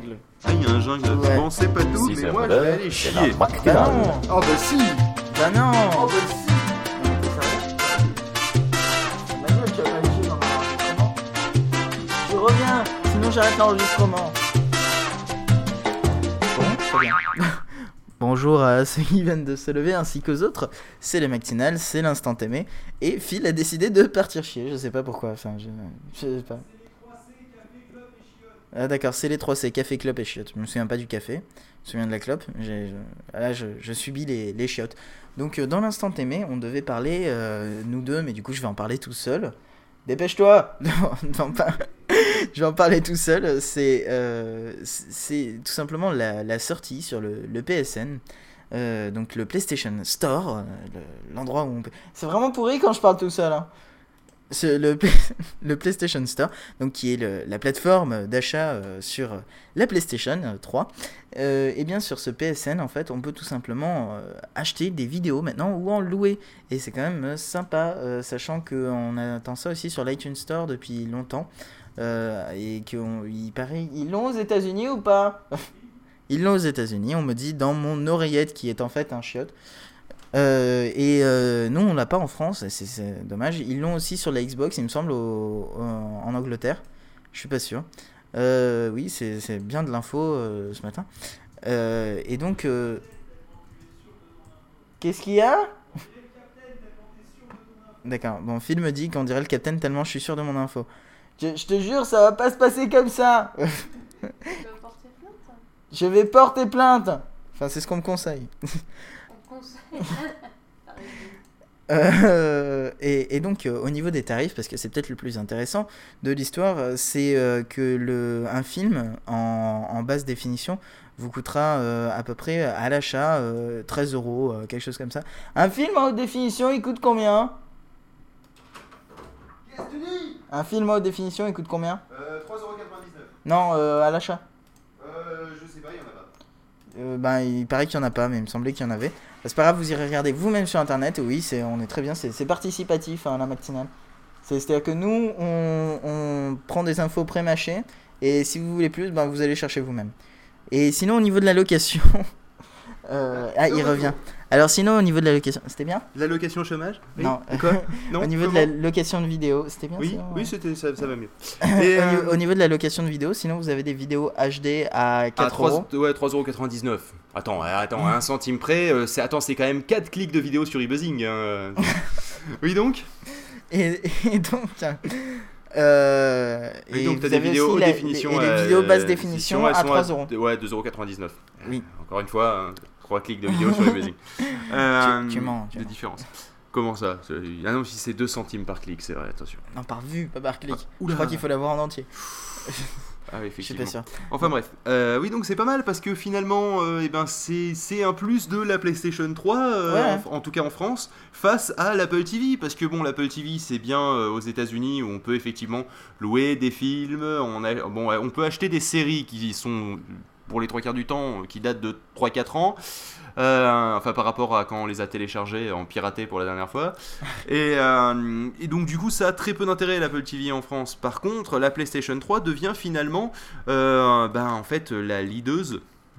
jungle. Ah, il y a un jungle là. Ouais. Bon, c'est pas tout, Si, mais c'est moi, je vrai, vais aller c'est chier. la Bah non. Oh, bah si. Bah non. Oh, bah si. Manuel, tu vas pas chier dans l'enregistrement. Je reviens, sinon j'arrête l'enregistrement. Bon, très bien. Bonjour à ceux qui viennent de se lever ainsi qu'aux autres. C'est les matinales, c'est l'instant aimé. Et Phil a décidé de partir chier. Je sais pas pourquoi. Enfin, je sais pas. Ah d'accord, c'est les 3C, café, clope et chiottes. Je me souviens pas du café, je me souviens de la clope. Là, je subis les chiottes. Donc, dans l'instant aimé, on devait parler, nous deux, mais du coup, je vais en parler tout seul. Dépêche-toi. Je vais en parler tout seul. C'est tout simplement la sortie sur le PSN. Donc, le PlayStation Store, l'endroit où on peut... C'est vraiment pourri quand je parle tout seul, hein. Le PlayStation Store, donc qui est la plateforme d'achat sur la PlayStation 3, et bien sur ce PSN en fait on peut tout simplement acheter des vidéos maintenant ou en louer, et c'est quand même sympa, sachant qu'on attend ça aussi sur l'iTunes Store depuis longtemps, et qu'il paraît ils l'ont aux États-Unis ou pas. Ils l'ont aux États-Unis, on me dit dans mon oreillette qui est en fait un chiotte. Nous on l'a pas en France, c'est dommage. Ils l'ont aussi sur la Xbox, il me semble, en Angleterre. Je suis pas sûr. Oui, c'est bien de l'info ce matin. Et donc, qu'est-ce qu'il y a? D'accord. Bon, Phil me dit qu'on dirait le Captain tellement je suis sûr de mon info. Je te jure, ça va pas se passer comme ça. Tu vas porter plainte? Je vais porter plainte. Enfin, c'est ce qu'on me conseille. On conseille. Et donc au niveau des tarifs, parce que c'est peut-être le plus intéressant de l'histoire, c'est que un film en basse définition vous coûtera à peu près à l'achat 13 euros, quelque chose comme ça. Un film en haute définition il coûte combien? Qu'est-ce que tu dis? Un film en haute définition il coûte combien? 3,99€. Non, à l'achat. Je sais pas, il y en a pas. Ben, il paraît qu'il n'y en a pas, mais il me semblait qu'il y en avait. C'est pas grave, vous irez regarder vous-même sur internet. Oui, on est très bien, c'est participatif, hein, la matinale. C'est-à-dire que nous, on prend des infos pré-mâchées, et si vous voulez plus, ben, vous allez chercher vous-même. Et sinon, au niveau de la location... il revient. Alors sinon, au niveau de la location... C'était bien? L'allocation chômage? Oui. Non. Quoi? Non. Au niveau de la location de vidéos, c'était bien? Oui, sinon, oui, ça va mieux. Au niveau de la location de vidéos, sinon vous avez des vidéos HD à 4 euros. Ouais, 3,99€. Attends, 1 centime près, c'est quand même 4 clics de vidéo sur eBuzzing. Hein. Oui, donc. Et donc, Et donc, t'as des vidéos haute définition. Et les vidéos basse définition à 3 euros. Ouais, 2,99€. Oui. Encore une fois, 3 clics de vidéo sur eBuzzing. Tu mens. De différence. Comment ça? Ah non, si c'est 2 centimes par clic, c'est vrai, attention. Non, par vue, pas par clic. Oula. Je crois qu'il faut l'avoir en entier. Ah oui, Je suis effectivement. pas sûr. Enfin bref, oui, donc c'est pas mal parce que finalement, c'est un plus de la PlayStation 3, Ouais. en tout cas en France, face à l'Apple TV. Parce que bon, l'Apple TV c'est bien aux États-Unis où on peut effectivement louer des films, on peut acheter des séries qui sont pour les 3 quarts du temps qui datent de 3-4 ans. Enfin par rapport à quand on les a téléchargés en piraté pour la dernière fois, et donc du coup ça a très peu d'intérêt l'Apple TV en France. Par contre la PlayStation 3 devient finalement en fait la leaduse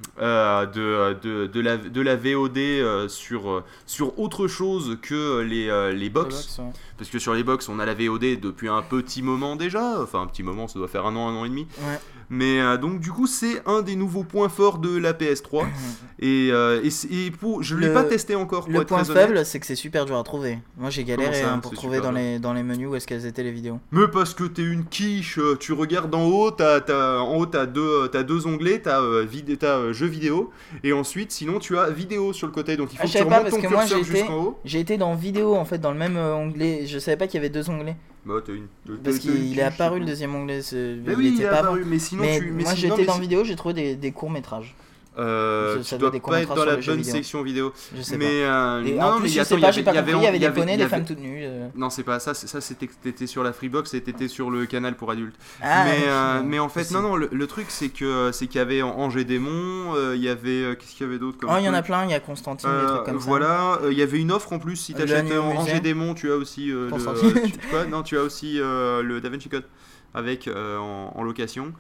de la VOD sur autre chose que les box. Ouais. Parce que sur les box on a la VOD depuis un petit moment déjà, enfin un petit moment, ça doit faire un an et demi. Ouais. Mais donc du coup c'est un des nouveaux points forts de la PS3 et je l'ai pas testé encore pour Le être point très honnête. faible, c'est que c'est super dur à trouver. Moi j'ai galéré Comment ça, pour c'est trouver super dans les menus où est-ce qu'elles étaient les vidéos. Mais parce que t'es une quiche, tu regardes en haut, t'as deux onglets, t'as jeux vidéo, et ensuite sinon tu as vidéo sur le côté, donc il faut Ah, que je tu savais pas, remontes parce ton que moi, curseur jusqu'en haut. J'ai été dans vidéo en fait, dans le même onglet. Je savais pas qu'il y avait 2 onglets. Bah, Parce qu'il est apparu le quiche, deuxième onglet. Mais oui, il est pas avant. apparu, mais sinon Mais tu... moi j'étais dans vidéo, j'ai trouvé des courts-métrages. Tu doit dois des pas être courts-métrages dans sur la les jeux bonne vidéo. section vidéo. Je sais Mais pas. Et en non, plus, mais je sais pas, j'ai pas compris, il y avait des poneys, des femmes toutes nues. Non, c'est pas ça, t'étais sur la Freebox et t'étais sur le canal pour adultes. Ah, mais en fait, aussi. non, le truc c'est qu'il y avait Angers Démon, il y avait qu'est-ce qu'il y avait d'autre comme Oh, il y en a truc plein, il y a Constantine, des trucs comme ça. Voilà, il y avait une offre en plus si Le t'achètes New Angers Musée. Démon, tu as aussi Constantine. tu as aussi le Da Vinci Code avec en location.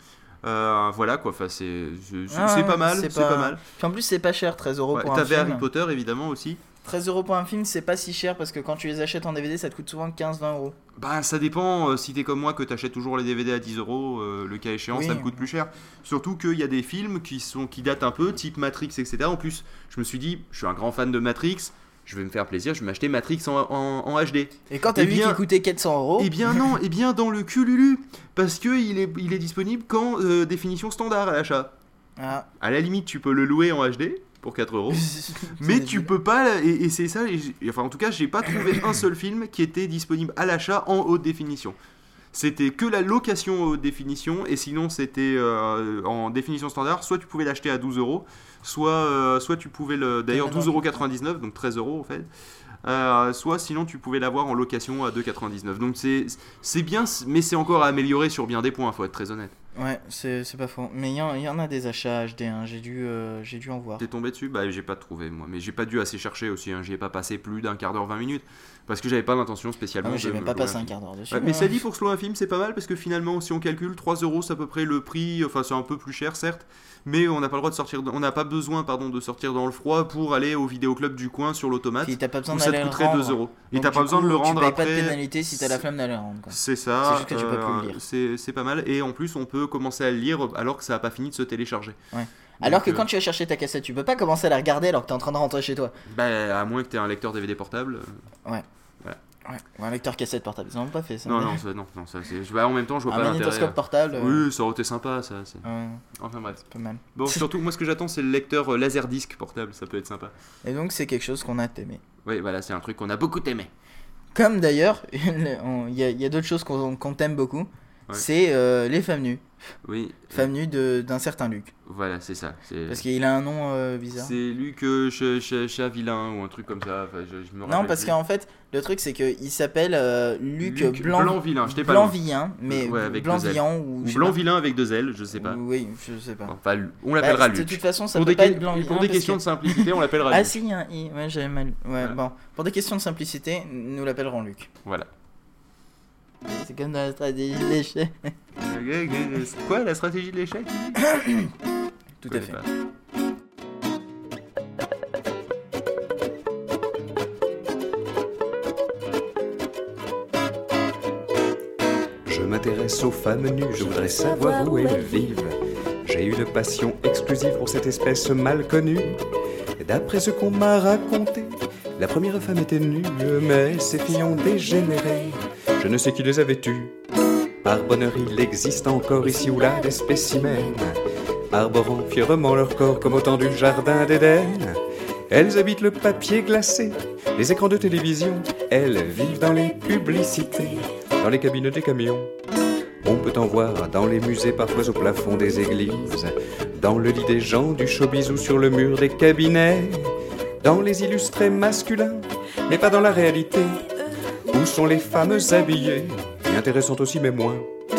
Voilà quoi, enfin, c'est Ah, pas mal, c'est c'est pas- pas mal. Puis en plus, c'est pas cher, 13 euros Ouais, pour un t'avais film. Harry Potter évidemment aussi. 13 euros pour un film, c'est pas si cher parce que quand tu les achètes en DVD, ça te coûte souvent 15-20 euros. Bah ça dépend, si t'es comme moi que t'achètes toujours les DVD à 10 euros, le cas échéant Oui. ça te coûte plus cher. Surtout qu'il y a des films qui datent un peu, type Matrix, etc. En plus, je me suis dit, je suis un grand fan de Matrix, je vais me faire plaisir, je vais m'acheter Matrix en HD. Et quand t'as Eh vu bien- qu'il coûtait 400 euros, Eh bien non, eh bien dans le cululu, parce que il est disponible qu'en définition standard à l'achat. ah, À la limite, tu peux le louer en HD pour 4 euros. Mais c'est tu peux pas, et c'est ça, enfin en tout cas j'ai pas trouvé un seul film qui était disponible à l'achat en haute définition. C'était que la location en haute définition, et sinon c'était en définition standard, soit tu pouvais l'acheter à 12 euros, soit tu pouvais d'ailleurs 12,99 €, donc 13 euros en fait, soit sinon tu pouvais l'avoir en location à 2,99. Donc c'est bien, mais c'est encore à améliorer sur bien des points, faut être très honnête. Ouais, c'est pas faux. Mais il y en a des achats HD, hein. J'ai dû en voir. T'es tombé dessus? Bah j'ai pas trouvé moi, mais j'ai pas dû assez chercher aussi, hein. J'y ai pas passé plus d'un quart d'heure, 20 minutes, parce que j'avais pas l'intention Ah, spécialement moi, j'ai de même me pas louer passé un un film. quart d'heure dessus. Ouais, mais hein. ça dit, pour se louer un film c'est pas mal, parce que finalement si on calcule 3 euros c'est à peu près le prix, enfin c'est un peu plus cher certes, mais on n'a pas le droit de sortir, on n'a pas besoin de sortir dans le froid pour aller au vidéoclub du coin sur l'automate, Puis t'as pas besoin où ça te d'aller le coûterait 2 rendre. euros. Et Donc, t'as du pas besoin de coup, le rendre tu payes après. pas de pénalité si t'as la flemme d'aller le rendre, quoi. C'est ça. C'est juste que tu peux plus le lire. C'est pas mal. Et en plus, on peut commencer à le lire alors que ça a pas fini de se télécharger. Ouais. Donc, Alors que quand tu vas chercher ta cassette, tu peux pas commencer à la regarder alors que t'es en train de rentrer chez toi. Bah, à moins que t'aies un lecteur DVD portable. Ouais, ou un lecteur cassette portable, ils en ont pas fait ça. Non, ça c'est. Bah, en même temps, je vois Un pas l'intérêt. magnétoscope portable. Oui, ça aurait été sympa, ça. Ouais, Enfin bref. c'est pas mal. Bon, surtout, moi, ce que j'attends, c'est le lecteur Laserdisc portable. Ça peut être sympa. Et donc c'est quelque chose qu'on a aimé. Oui, voilà, c'est un truc qu'on a beaucoup aimé. Comme d'ailleurs, il y a d'autres choses qu'on t'aime beaucoup. Ouais. C'est les femmes nues. Oui. Femmes nues d'un certain Luc. Voilà, c'est ça. Parce qu'il a un nom bizarre. C'est Luc Chavillain ou un truc comme ça. Enfin, je me Non, rappelle parce plus. qu'en fait, le truc c'est qu'il s'appelle Luc Blanc-Villain, je t'ai pas loin. Blanc-Villain, mais Ouais, avec deux L. Blanc-Villain ou Ou je sais Blanc-Villain avec 2 L, je sais pas. pas. Oui, je sais pas. Enfin, on l'appellera Bah, de Luc. toute façon, ça Pour peut des, pas être Blanc-Villain. pour des parce questions que- de simplicité, on l'appellera Ah Luc. si, il y a un i. Ouais, j'avais mal. Ouais, Voilà. bon. Pour des questions de simplicité, nous l'appellerons Luc. Voilà. C'est comme dans la stratégie de l'échec. Quoi, la stratégie de l'échec? Tout à fait. Je m'intéresse aux femmes nues, je voudrais savoir où elles vivent. J'ai une passion exclusive pour cette espèce mal connue. Et d'après ce qu'on m'a raconté, la première femme était nue, mais ces filles ont dégénéré. Je ne sais qui les avait tues. Par bonheur, il existe encore ici ou là des spécimens, arborant fièrement leur corps comme au temps du jardin d'Éden. Elles habitent le papier glacé, les écrans de télévision. Elles vivent dans les publicités, dans les cabines des camions. On peut en voir dans les musées, parfois au plafond des églises, dans le lit des gens du showbiz ou sur le mur des cabinets, dans les illustrés masculins, mais pas dans la réalité. Où sont les femmes habillées, et intéressantes aussi mais moins.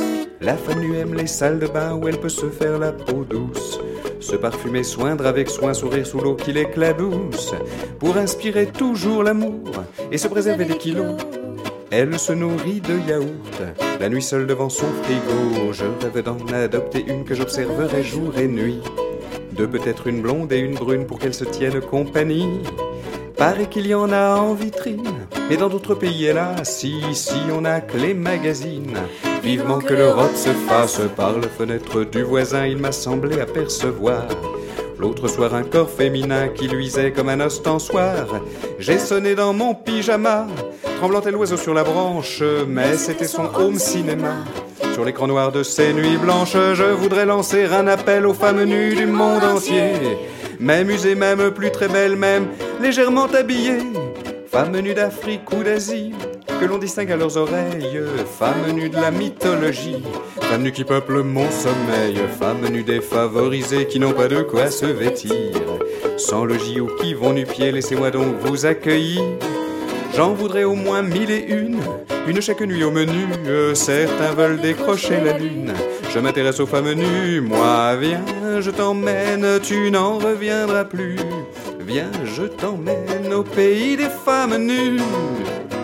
La femme nue aime les salles de bain où elle peut se faire la peau douce, se parfumer, soindre avec soin, sourire sous l'eau qui l'éclabousse, pour inspirer toujours l'amour et se préserver des kilos. Elle se nourrit de yaourt, la nuit seule devant son frigo. Je rêve d'en adopter une que j'observerai jour et nuit. De peut-être une blonde et une brune pour qu'elles se tiennent compagnie. Paraît qu'il y en a en vitrine, mais dans d'autres pays, hélas, ici on a que les magazines. Vivement que l'Europe se fasse, par la fenêtre du voisin, il m'a semblé apercevoir l'autre soir un corps féminin qui luisait comme un ostensoir. J'ai sonné dans mon pyjama, tremblant tel l'oiseau sur la branche, mais c'était son home cinéma. Sur l'écran noir de ces nuits blanches, je voudrais lancer un appel aux femmes nues du monde entier, même usées, même plus très belles, même légèrement habillées. Femmes nues d'Afrique ou d'Asie, que l'on distingue à leurs oreilles. Femmes nues de la mythologie, femmes nues qui peuplent mon sommeil. Femmes nues défavorisées qui n'ont pas de quoi se vêtir. Sans logis ou qui vont nu-pieds, laissez-moi donc vous accueillir. J'en voudrais au moins 1001, une chaque nuit au menu. Certains veulent décrocher la lune. Je m'intéresse aux femmes nues, moi viens, je t'emmène, tu n'en reviendras plus. Viens, je t'emmène au pays des femmes nues.